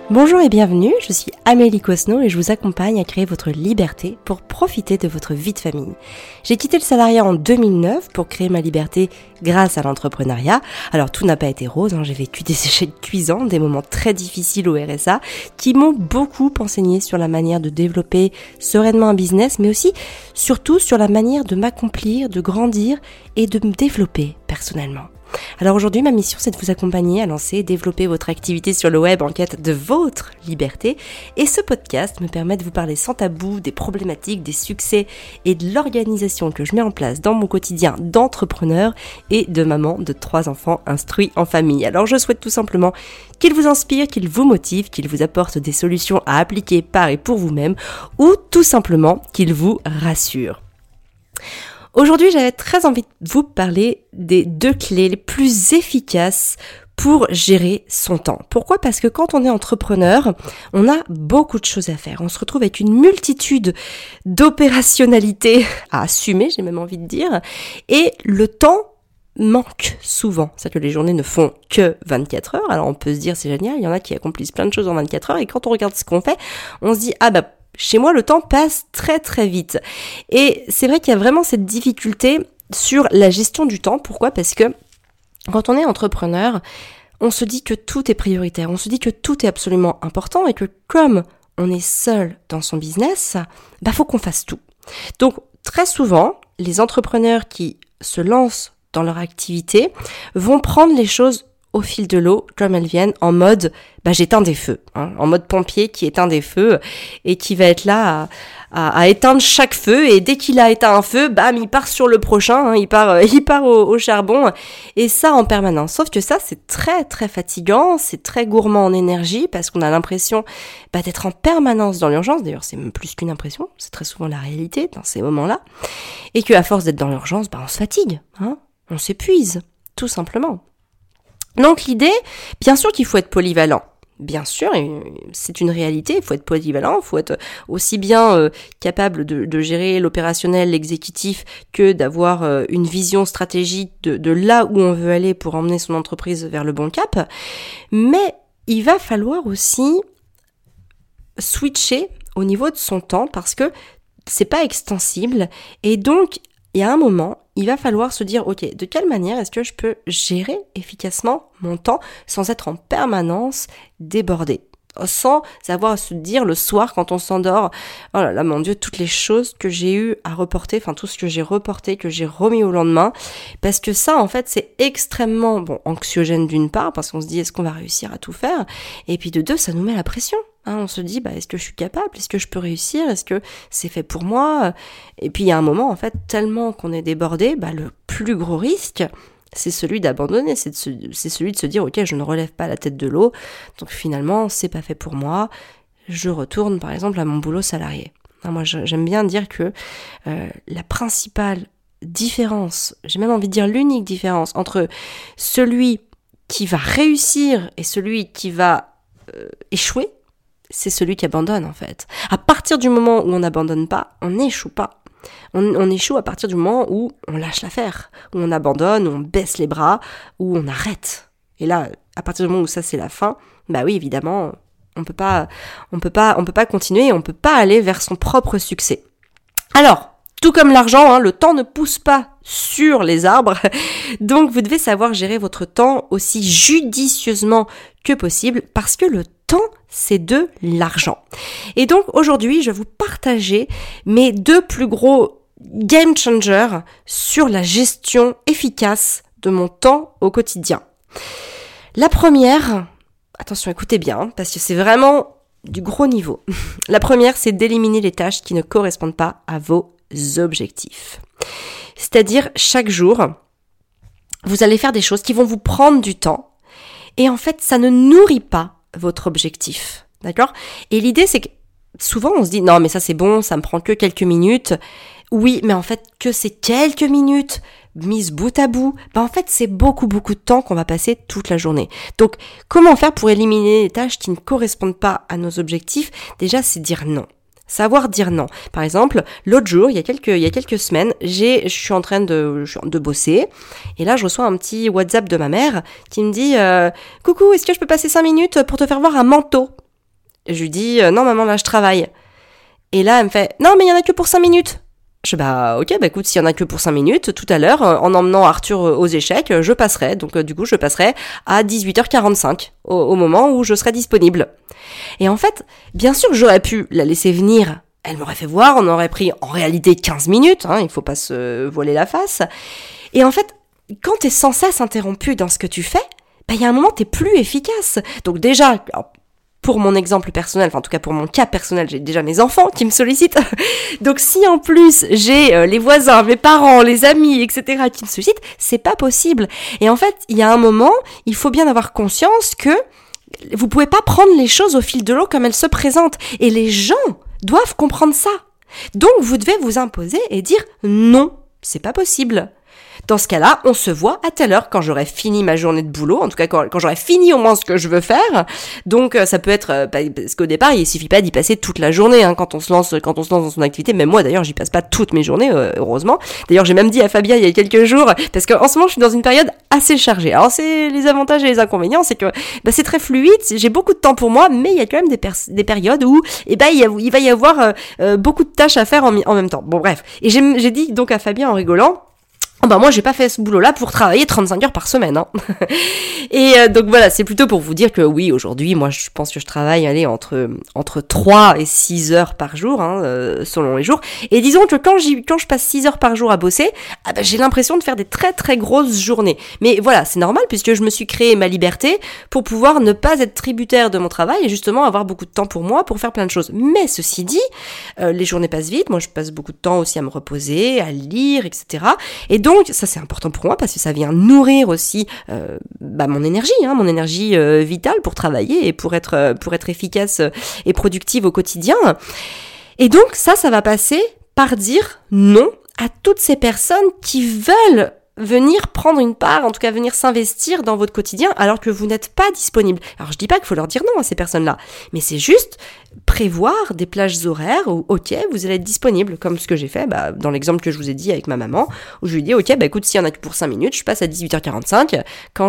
Bonjour et bienvenue, je suis Amélie Cosno et je vous accompagne à créer votre liberté pour profiter de votre vie de famille. J'ai quitté le salariat en 2009 pour créer ma liberté grâce à l'entrepreneuriat. Alors tout n'a pas été rose, j'ai vécu des échecs cuisants, des moments très difficiles au RSA qui m'ont beaucoup enseigné sur la manière de développer sereinement un business, mais aussi surtout sur la manière de m'accomplir, de grandir et de me développer personnellement. Alors aujourd'hui, ma mission, c'est de vous accompagner à lancer et développer votre activité sur le web en quête de votre liberté. Et ce podcast me permet de vous parler sans tabou des problématiques, des succès et de l'organisation que je mets en place dans mon quotidien d'entrepreneur et de maman de 3 enfants instruits en famille. Alors je souhaite tout simplement qu'il vous inspire, qu'il vous motive, qu'il vous apporte des solutions à appliquer par et pour vous-même ou tout simplement qu'il vous rassure. Aujourd'hui, j'avais très envie de vous parler des 2 clés les plus efficaces pour gérer son temps. Pourquoi ? Parce que quand on est entrepreneur, on a beaucoup de choses à faire. On se retrouve avec une multitude d'opérationnalités à assumer, j'ai même envie de dire, et le temps manque souvent. C'est-à-dire que les journées ne font que 24 heures. Alors on peut se dire c'est génial, il y en a qui accomplissent plein de choses en 24 heures, et quand on regarde ce qu'on fait, on se dit chez moi, le temps passe très très vite. Et c'est vrai qu'il y a vraiment cette difficulté sur la gestion du temps. Pourquoi ? Parce que quand on est entrepreneur, on se dit que tout est prioritaire, on se dit que tout est absolument important et que comme on est seul dans son business, faut qu'on fasse tout. Donc très souvent, les entrepreneurs qui se lancent dans leur activité vont prendre les choses au fil de l'eau, comme elles viennent, en mode j'éteins des feux, en mode pompier qui éteint des feux et qui va être là à éteindre chaque feu, et dès qu'il a éteint un feu, il part sur le prochain, il part au charbon, et ça en permanence. Sauf que ça, c'est très très fatigant, c'est très gourmand en énergie, parce qu'on a l'impression d'être en permanence dans l'urgence. D'ailleurs, c'est même plus qu'une impression, c'est très souvent la réalité dans ces moments-là, et qu'à force d'être dans l'urgence, on se fatigue, on s'épuise, tout simplement. Donc l'idée, bien sûr qu'il faut être polyvalent. Bien sûr, c'est une réalité, il faut être polyvalent, il faut être aussi bien capable de gérer l'opérationnel, l'exécutif, que d'avoir une vision stratégique de là où on veut aller pour emmener son entreprise vers le bon cap. Mais il va falloir aussi switcher au niveau de son temps parce que c'est pas extensible, et donc il y a un moment, il va falloir se dire, ok, de quelle manière est-ce que je peux gérer efficacement mon temps sans être en permanence débordé, sans avoir à se dire le soir quand on s'endort, oh là là mon Dieu, toutes les choses que j'ai eu à reporter, tout ce que j'ai reporté, que j'ai remis au lendemain, parce que ça en fait c'est extrêmement anxiogène d'une part, parce qu'on se dit est-ce qu'on va réussir à tout faire, et puis de 2 ça nous met la pression. On se dit, est-ce que je suis capable ? Est-ce que je peux réussir ? Est-ce que c'est fait pour moi ? Et puis il y a un moment, en fait, tellement qu'on est débordé, le plus gros risque, c'est celui d'abandonner, c'est celui de se dire, ok, je ne relève pas la tête de l'eau, donc finalement, c'est pas fait pour moi, je retourne par exemple à mon boulot salarié. Moi, j'aime bien dire que la principale différence, j'ai même envie de dire l'unique différence entre celui qui va réussir et celui qui va échouer, c'est celui qui abandonne en fait. À partir du moment où on n'abandonne pas, on n'échoue pas. On échoue à partir du moment où on lâche l'affaire, où on abandonne, où on baisse les bras, où on arrête. Et là, à partir du moment où ça c'est la fin, oui évidemment, on peut pas continuer, on peut pas aller vers son propre succès. Alors, tout comme l'argent, le temps ne pousse pas sur les arbres, donc vous devez savoir gérer votre temps aussi judicieusement que possible, parce que le temps, c'est de l'argent. Et donc aujourd'hui, je vais vous partager mes 2 plus gros game changers sur la gestion efficace de mon temps au quotidien. La première, attention, écoutez bien, parce que c'est vraiment du gros niveau. La première, c'est d'éliminer les tâches qui ne correspondent pas à vos objectifs. C'est-à-dire, chaque jour, vous allez faire des choses qui vont vous prendre du temps, et en fait, ça ne nourrit pas votre objectif, d'accord ? Et l'idée, c'est que souvent, on se dit, non, mais ça c'est bon, ça me prend que quelques minutes. Oui, mais en fait, que ces quelques minutes mises bout à bout, en fait, c'est beaucoup de temps qu'on va passer toute la journée. Donc, comment faire pour éliminer les tâches qui ne correspondent pas à nos objectifs ? Déjà, c'est dire non. Savoir dire non. Par exemple, l'autre jour, il y a quelques semaines, je suis en train de bosser, et là je reçois un petit WhatsApp de ma mère qui me dit « Coucou, est-ce que je peux passer 5 minutes pour te faire voir un manteau ?» Je lui dis, non maman, là je travaille. Et là, elle me fait, non mais il y en a que pour 5 minutes. Je dis, ok, écoute, s'il y en a que pour 5 minutes, tout à l'heure, en emmenant Arthur aux échecs, je passerai. Donc du coup, je passerai à 18h45, au moment où je serai disponible. Et en fait, bien sûr que j'aurais pu la laisser venir. Elle m'aurait fait voir, on aurait pris en réalité 15 minutes, il faut pas se voiler la face. Et en fait, quand t'es sans cesse interrompu dans ce que tu fais, il y a un moment, t'es plus efficace. Donc déjà, pour mon exemple personnel, en tout cas pour mon cas personnel, j'ai déjà mes enfants qui me sollicitent. Donc si en plus j'ai les voisins, mes parents, les amis, etc. qui me sollicitent, c'est pas possible. Et en fait, il y a un moment, il faut bien avoir conscience que vous pouvez pas prendre les choses au fil de l'eau comme elles se présentent. Et les gens doivent comprendre ça. Donc vous devez vous imposer et dire non, c'est pas possible. Dans ce cas-là, on se voit à telle heure quand j'aurai fini ma journée de boulot, en tout cas quand j'aurai fini au moins ce que je veux faire. Donc ça peut être parce qu'au départ, il suffit pas d'y passer toute la journée quand on se lance dans son activité. Même moi d'ailleurs, j'y passe pas toutes mes journées heureusement. D'ailleurs, j'ai même dit à Fabien il y a quelques jours parce qu'en ce moment, je suis dans une période assez chargée. Alors c'est les avantages et les inconvénients, c'est que c'est très fluide, j'ai beaucoup de temps pour moi, mais il y a quand même des périodes où il va y avoir beaucoup de tâches à faire en même temps. Bon bref, et j'ai dit donc à Fabien en rigolant, moi j'ai pas fait ce boulot là pour travailler 35 heures par semaine Et donc voilà, c'est plutôt pour vous dire que oui, aujourd'hui moi je pense que je travaille entre 3 et 6 heures par jour selon les jours, et disons que quand je passe 6 heures par jour à bosser, j'ai l'impression de faire des très très grosses journées. Mais voilà, c'est normal puisque je me suis créé ma liberté pour pouvoir ne pas être tributaire de mon travail et justement avoir beaucoup de temps pour moi pour faire plein de choses. Mais ceci dit, les journées passent vite, moi je passe beaucoup de temps aussi à me reposer, à lire, etc. Et donc ça c'est important pour moi parce que ça vient nourrir aussi mon énergie vitale pour travailler et pour être efficace et productive au quotidien. Et donc ça va passer par dire non à toutes ces personnes qui veulent venir prendre une part, en tout cas venir s'investir dans votre quotidien alors que vous n'êtes pas disponible. Alors je dis pas qu'il faut leur dire non à ces personnes-là, mais c'est juste prévoir des plages horaires où vous allez être disponible, comme ce que j'ai fait dans l'exemple que je vous ai dit avec ma maman, où je lui ai dit écoute, s'il y en a que pour 5 minutes, je passe à 18h45 quand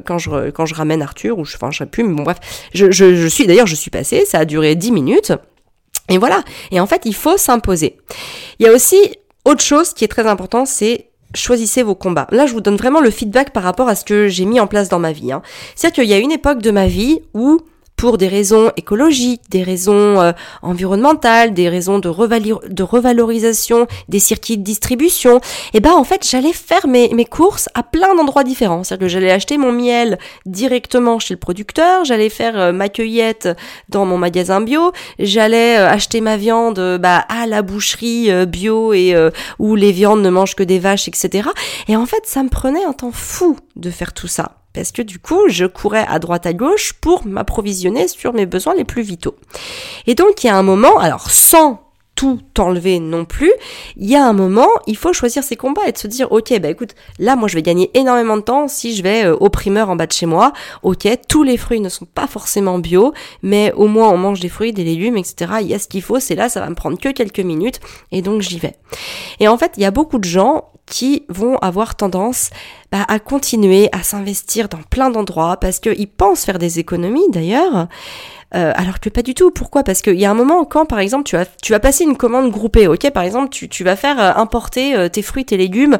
je ramène Arthur, ou je sais plus, mais bon bref, je suis passée, ça a duré 10 minutes, et voilà. Et en fait, il faut s'imposer. Il y a aussi autre chose qui est très important, c'est choisissez vos combats. Là, je vous donne vraiment le feedback par rapport à ce que j'ai mis en place dans ma vie. C'est-à-dire qu'il y a une époque de ma vie où, pour des raisons écologiques, des raisons environnementales, des raisons de revalorisation des circuits de distribution, en fait, j'allais faire mes courses à plein d'endroits différents. C'est-à-dire que j'allais acheter mon miel directement chez le producteur, j'allais faire ma cueillette dans mon magasin bio, j'allais acheter ma viande à la boucherie bio et où les viandes ne mangent que des vaches, etc. Et en fait, ça me prenait un temps fou de faire tout ça. Parce que du coup, je courais à droite à gauche pour m'approvisionner sur mes besoins les plus vitaux. Et donc, il y a un moment, alors sans tout enlever non plus, il y a un moment, il faut choisir ses combats et de se dire, écoute, là, moi, je vais gagner énormément de temps si je vais au primeur en bas de chez moi. Tous les fruits ne sont pas forcément bio, mais au moins, on mange des fruits, des légumes, etc. Il y a ce qu'il faut, c'est là, ça va me prendre que quelques minutes, et donc j'y vais. Et en fait, il y a beaucoup de gens qui vont avoir tendance à continuer à s'investir dans plein d'endroits parce qu'ils pensent faire des économies d'ailleurs, alors que pas du tout. Pourquoi ? Parce qu'il y a un moment quand, par exemple, tu vas passer une commande groupée, par exemple, tu vas faire importer tes fruits, tes légumes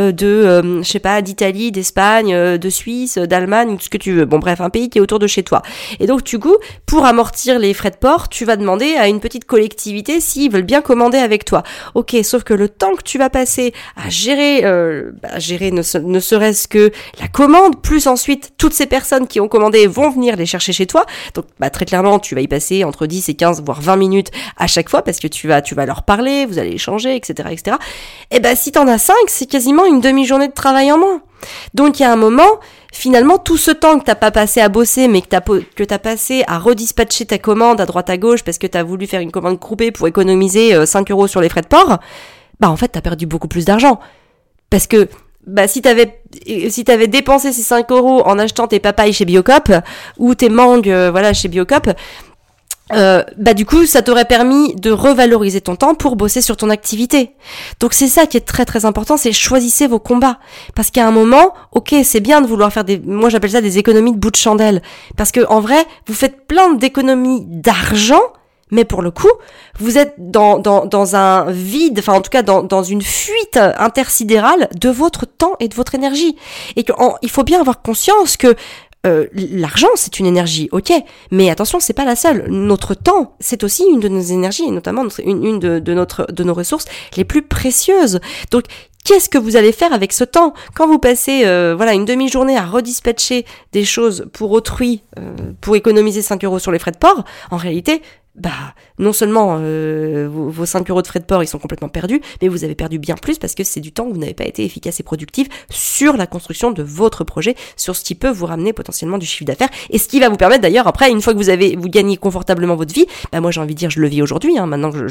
d'Italie, d'Espagne, de Suisse, d'Allemagne, tout ce que tu veux. Bon bref, un pays qui est autour de chez toi. Et donc du coup, pour amortir les frais de port, tu vas demander à une petite collectivité s'ils veulent bien commander avec toi. Sauf que le temps que tu vas passer à gérer ne serait-ce que la commande, plus ensuite toutes ces personnes qui ont commandé vont venir les chercher chez toi. Donc très clairement, tu vas y passer entre 10 et 15 voire 20 minutes à chaque fois parce que tu vas leur parler, vous allez échanger, etc., etc. Et si t'en as 5, c'est quasiment une demi-journée de travail en moins. Donc il y a un moment, finalement, tout ce temps que t'as pas passé à bosser, mais que t'as passé à redispatcher ta commande à droite à gauche parce que t'as voulu faire une commande groupée pour économiser 5 € sur les frais de port, en fait t'as perdu beaucoup plus d'argent. Parce que si t'avais dépensé ces 5 € en achetant tes papayes chez Biocop ou tes mangues chez Biocop, du coup, ça t'aurait permis de revaloriser ton temps pour bosser sur ton activité. Donc c'est ça qui est très très important, c'est choisissez vos combats. Parce qu'à un moment, ok, c'est bien de vouloir faire moi j'appelle ça des économies de bout de chandelle. Parce que en vrai, vous faites plein d'économies d'argent, mais pour le coup, vous êtes dans un vide, enfin en tout cas dans une fuite intersidérale de votre temps et de votre énergie. Et il faut bien avoir conscience que l'argent, c'est une énergie, ok, mais attention, c'est pas la seule. Notre temps, c'est aussi une de nos énergies, et notamment une de nos ressources les plus précieuses. Donc, qu'est-ce que vous allez faire avec ce temps? Quand vous passez une demi-journée à redispatcher des choses pour autrui, pour économiser 5 € sur les frais de port, en réalité, non seulement vos 5 € de frais de port ils sont complètement perdus, mais vous avez perdu bien plus parce que c'est du temps que vous n'avez pas été efficace et productif sur la construction de votre projet, sur ce qui peut vous ramener potentiellement du chiffre d'affaires, et ce qui va vous permettre d'ailleurs après, une fois que vous gagnez confortablement votre vie, moi j'ai envie de dire je le vis aujourd'hui, maintenant que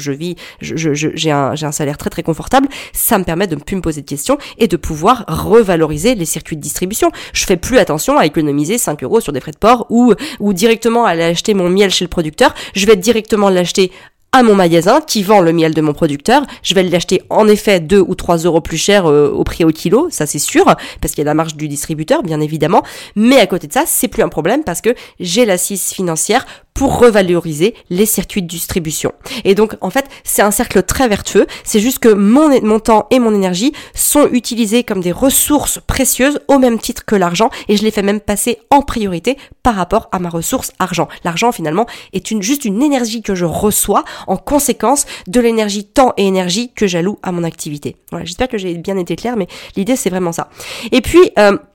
j'ai un salaire très très confortable, ça me permet de ne plus me poser de questions et de pouvoir revaloriser les circuits de distribution. Je fais plus attention à économiser 5 € sur des frais de port ou directement à aller acheter mon miel chez le producteur, je vais directement l'acheter à mon magasin qui vend le miel de mon producteur. Je vais l'acheter en effet 2 ou 3 € plus cher au prix au kilo, ça c'est sûr, parce qu'il y a la marge du distributeur bien évidemment, mais à côté de ça, c'est plus un problème parce que j'ai l'assise financière pour revaloriser les circuits de distribution. Et donc, en fait, c'est un cercle très vertueux. C'est juste que mon temps et mon énergie sont utilisés comme des ressources précieuses au même titre que l'argent, et je les fais même passer en priorité par rapport à ma ressource argent. L'argent, finalement, est juste une énergie que je reçois en conséquence de l'énergie temps et énergie que j'alloue à mon activité. Voilà, j'espère que j'ai bien été claire, mais l'idée, c'est vraiment ça. Et puis,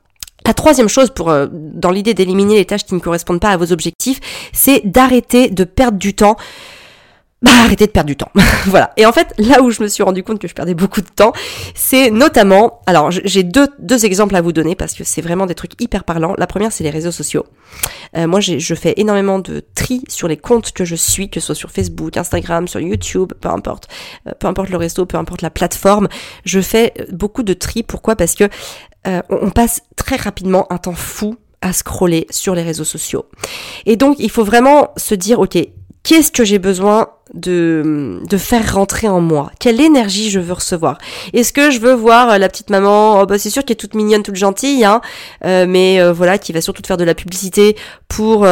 la troisième chose dans l'idée d'éliminer les tâches qui ne correspondent pas à vos objectifs, c'est d'arrêter de perdre du temps. Arrêtez de perdre du temps. Voilà. Et en fait, là où je me suis rendu compte que je perdais beaucoup de temps, c'est notamment, alors j'ai deux exemples à vous donner parce que c'est vraiment des trucs hyper parlants. La première, c'est les réseaux sociaux. Moi, je fais énormément de tri sur les comptes que je suis, que ce soit sur Facebook, Instagram, sur YouTube, peu importe le réseau, peu importe la plateforme. Je fais beaucoup de tri. Pourquoi? Parce que on passe très rapidement un temps fou à scroller sur les réseaux sociaux. Et donc, il faut vraiment se dire, ok, qu'est-ce que j'ai besoin de faire rentrer en moi? Quelle énergie je veux recevoir? Est-ce que je veux voir la petite maman, c'est sûr qu'elle est toute mignonne, toute gentille, mais voilà, qui va surtout te faire de la publicité pour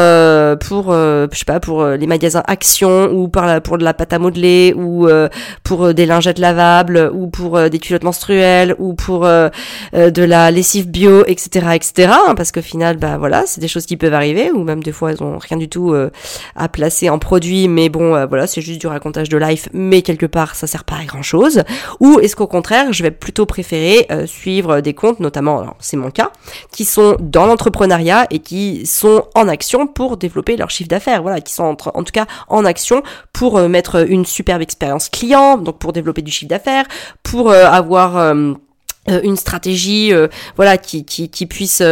je sais pas, pour les magasins Action, ou pour de la pâte à modeler, ou pour des lingettes lavables, ou pour des culottes menstruelles, ou pour de la lessive bio, etc., parce qu'au final, voilà, c'est des choses qui peuvent arriver, ou même des fois elles ont rien du tout à placer en produit, mais bon, voilà, c'est juste du racontage de life, mais quelque part ça sert pas à grand chose. Ou est-ce qu'au contraire je vais plutôt préférer suivre des comptes, notamment, alors c'est mon cas, qui sont dans l'entrepreneuriat et qui sont en action pour développer leur chiffre d'affaires, voilà, qui sont en tout cas en action pour mettre une superbe expérience client, donc pour développer du chiffre d'affaires, pour avoir une stratégie voilà, qui puisse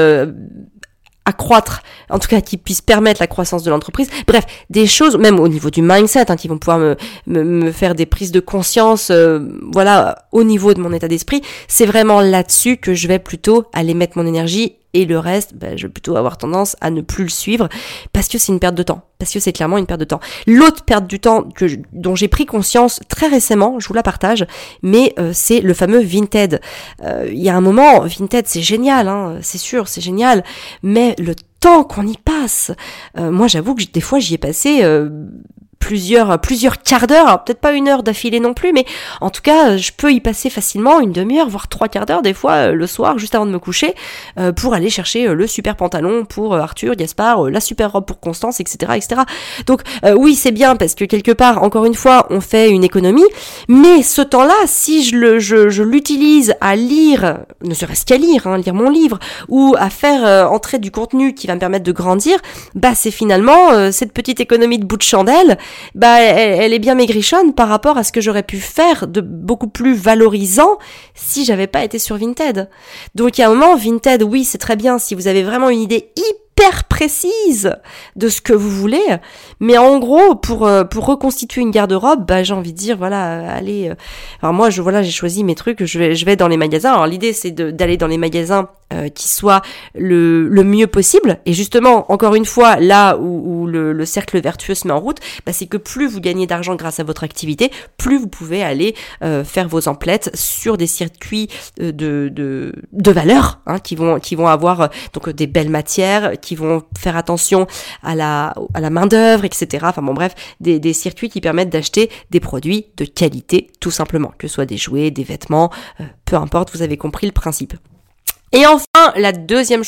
accroître, en tout cas qui puisse permettre la croissance de l'entreprise. Bref, des choses, même au niveau du mindset, qui vont pouvoir me faire des prises de conscience, voilà, au niveau de mon état d'esprit. C'est vraiment là-dessus que je vais plutôt aller mettre mon énergie, et le reste, je vais plutôt avoir tendance à ne plus le suivre parce que c'est une perte de temps. Parce que c'est clairement une perte de temps. L'autre perte du temps dont j'ai pris conscience très récemment, je vous la partage, mais c'est le fameux Vinted. Il y a un moment, Vinted c'est génial, c'est sûr, c'est génial, mais le temps qu'on y passe, moi j'avoue que des fois j'y ai passé plusieurs quarts d'heure, alors peut-être pas une heure d'affilée non plus, mais en tout cas je peux y passer facilement une demi-heure, voire 3/4 d'heure des fois le soir, juste avant de me coucher, pour aller chercher le super pantalon pour Arthur, Gaspard, la super robe pour Constance, etc. Donc oui, c'est bien parce que quelque part, encore une fois, on fait une économie, mais ce temps-là, si je l'utilise à lire, ne serait-ce qu'à lire mon livre, ou à faire entrer du contenu qui va me permettre de grandir, c'est finalement cette petite économie de bout de chandelle, elle est bien maigrichonne par rapport à ce que j'aurais pu faire de beaucoup plus valorisant si j'avais pas été sur Vinted. Donc il y a un moment, Vinted, oui, c'est très bien si vous avez vraiment une idée hyper précise de ce que vous voulez, mais en gros pour reconstituer une garde-robe, j'ai envie de dire voilà, allez, alors moi j'ai choisi mes trucs, je vais dans les magasins. Alors l'idée c'est d'aller dans les magasins qui soient le mieux possible, et justement encore une fois là où le cercle vertueux se met en route, c'est que plus vous gagnez d'argent grâce à votre activité, plus vous pouvez aller faire vos emplettes sur des circuits de valeur, qui vont avoir donc des belles matières, qui vont faire attention à la main d'œuvre, etc. Enfin bon bref, des circuits qui permettent d'acheter des produits de qualité tout simplement, que ce soit des jouets, des vêtements, peu importe, vous avez compris le principe. Et enfin, la deuxième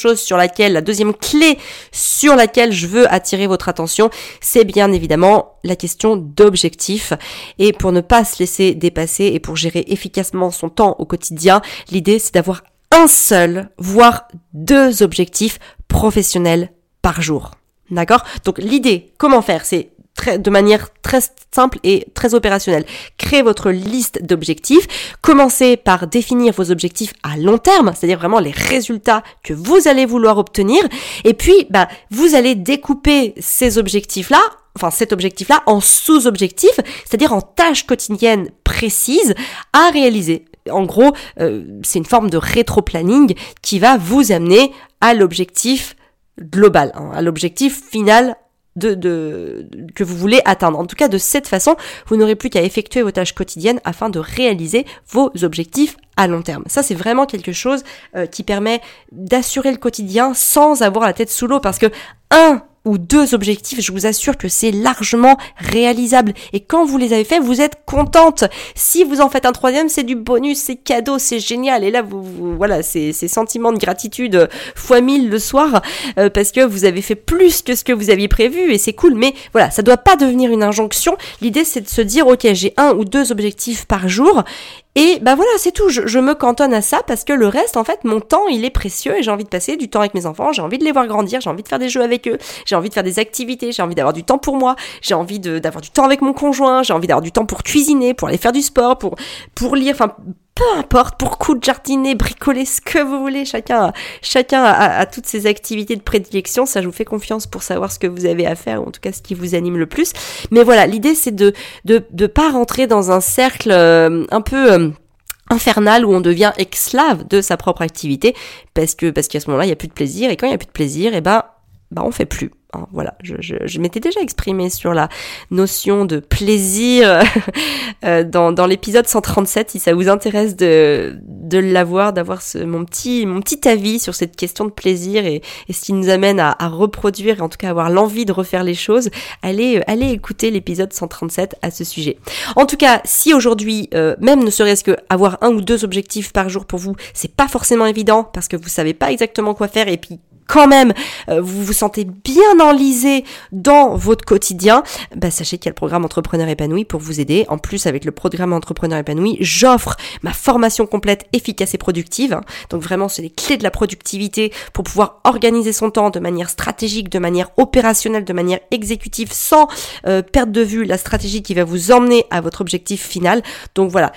clé sur laquelle je veux attirer votre attention, c'est bien évidemment la question d'objectifs. Et pour ne pas se laisser dépasser et pour gérer efficacement son temps au quotidien, l'idée c'est d'avoir un seul, voire 2 objectifs professionnels par jour. D'accord ? Donc l'idée, comment faire ? C'est de manière très simple et très opérationnelle. Créez votre liste d'objectifs. Commencez par définir vos objectifs à long terme, c'est-à-dire vraiment les résultats que vous allez vouloir obtenir. Et puis, vous allez découper cet objectif-là en sous-objectifs, c'est-à-dire en tâches quotidiennes précises à réaliser. En gros, c'est une forme de rétro-planning qui va vous amener à l'objectif global, à l'objectif final que vous voulez atteindre. En tout cas, de cette façon, vous n'aurez plus qu'à effectuer vos tâches quotidiennes afin de réaliser vos objectifs à long terme. Ça, c'est vraiment quelque chose qui permet d'assurer le quotidien sans avoir la tête sous l'eau, parce que 1 ou 2 objectifs, je vous assure que c'est largement réalisable. Et quand vous les avez faits, vous êtes contente. Si vous en faites un 3e, c'est du bonus, c'est cadeau, c'est génial. Et là, voilà, c'est sentiments de gratitude fois 1000 le soir, parce que vous avez fait plus que ce que vous aviez prévu, et c'est cool. Mais voilà, ça doit pas devenir une injonction. L'idée, c'est de se dire, ok, j'ai 1 ou 2 objectifs par jour. Et voilà, c'est tout, je me cantonne à ça, parce que le reste, en fait, mon temps, il est précieux, et j'ai envie de passer du temps avec mes enfants, j'ai envie de les voir grandir, j'ai envie de faire des jeux avec eux, j'ai envie de faire des activités, j'ai envie d'avoir du temps pour moi, j'ai envie d'avoir du temps avec mon conjoint, j'ai envie d'avoir du temps pour cuisiner, pour aller faire du sport, pour lire, enfin peu importe, pour jardiner, bricoler, ce que vous voulez, chacun a toutes ses activités de prédilection. Ça, je vous fais confiance pour savoir ce que vous avez à faire, ou en tout cas ce qui vous anime le plus. Mais voilà, l'idée c'est de pas rentrer dans un cercle un peu infernal où on devient esclave de sa propre activité, parce qu'à ce moment-là, il y a plus de plaisir, et quand il y a plus de plaisir, on fait plus. Voilà, je m'étais déjà exprimée sur la notion de plaisir dans l'épisode 137, si ça vous intéresse de l'avoir, d'avoir mon petit avis sur cette question de plaisir et ce qui nous amène à reproduire, et en tout cas avoir l'envie de refaire les choses. Allez écouter l'épisode 137 à ce sujet. En tout cas, si aujourd'hui, même ne serait-ce que avoir 1 ou 2 objectifs par jour pour vous, c'est pas forcément évident parce que vous savez pas exactement quoi faire, et puis quand même, vous vous sentez bien enlisé dans votre quotidien, sachez qu'il y a le programme Entrepreneur épanoui pour vous aider. En plus, avec le programme Entrepreneur épanoui, j'offre ma formation complète efficace et productive. Donc vraiment, c'est les clés de la productivité pour pouvoir organiser son temps de manière stratégique, de manière opérationnelle, de manière exécutive, sans perdre de vue la stratégie qui va vous emmener à votre objectif final. Donc voilà,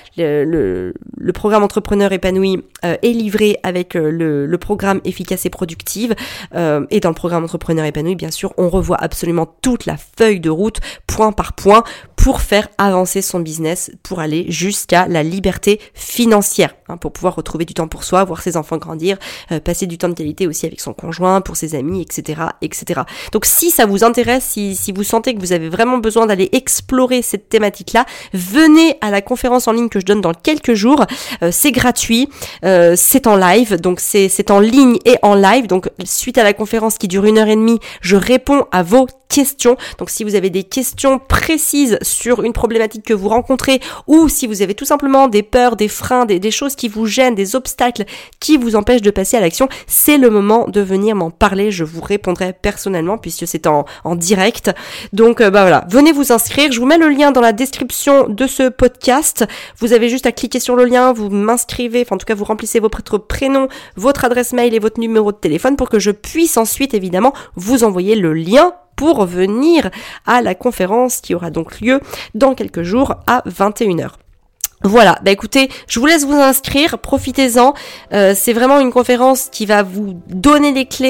le programme Entrepreneur épanoui est livré avec le programme efficace et productive. Et dans le programme Entrepreneur épanoui, bien sûr, on revoit absolument toute la feuille de route, point par point, pour faire avancer son business, pour aller jusqu'à la liberté financière, pour pouvoir retrouver du temps pour soi, voir ses enfants grandir, passer du temps de qualité aussi avec son conjoint, pour ses amis, etc., etc. Donc si ça vous intéresse, si vous sentez que vous avez vraiment besoin d'aller explorer cette thématique-là, venez à la conférence en ligne que je donne dans quelques jours. C'est gratuit, c'est en live, donc c'est en ligne et en live. Donc suite à la conférence qui dure 1h30, je réponds à vos questions. Donc si vous avez des questions précises sur une problématique que vous rencontrez, ou si vous avez tout simplement des peurs, des freins, des choses qui vous gênent, des obstacles qui vous empêchent de passer à l'action, c'est le moment de venir m'en parler. Je vous répondrai personnellement puisque c'est en direct. Donc voilà, venez vous inscrire. Je vous mets le lien dans la description de ce podcast. Vous avez juste à cliquer sur le lien, vous m'inscrivez, en tout cas vous remplissez votre prénom, votre adresse mail et votre numéro de téléphone pour que je puisse ensuite évidemment vous envoyer le lien pour venir à la conférence qui aura donc lieu dans quelques jours à 21h. Voilà, écoutez, je vous laisse vous inscrire, profitez-en. C'est vraiment une conférence qui va vous donner les clés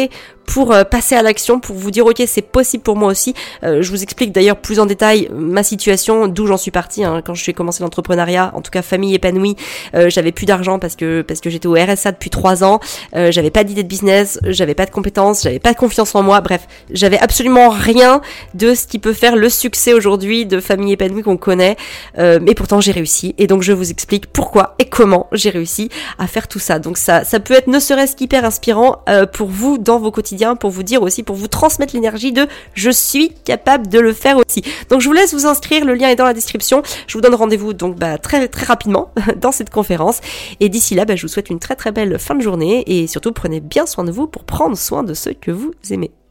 pour passer à l'action, pour vous dire ok, c'est possible pour moi aussi. Je vous explique d'ailleurs plus en détail ma situation, d'où j'en suis partie quand je suis commencé l'entrepreneuriat, en tout cas famille épanouie. J'avais plus d'argent parce que j'étais au RSA depuis 3 ans, j'avais pas d'idée de business, j'avais pas de compétences, j'avais pas de confiance en moi, bref, j'avais absolument rien de ce qui peut faire le succès aujourd'hui de famille épanouie qu'on connaît, mais pourtant j'ai réussi, et donc je vous explique pourquoi et comment j'ai réussi à faire tout ça. Donc ça peut être ne serait-ce qu'hyper inspirant pour vous dans vos quotidiens, pour vous dire aussi, pour vous transmettre l'énergie de je suis capable de le faire aussi. Donc je vous laisse vous inscrire, le lien est dans la description. Je vous donne rendez-vous donc très très rapidement dans cette conférence, et d'ici là je vous souhaite une très très belle fin de journée, et surtout prenez bien soin de vous pour prendre soin de ceux que vous aimez.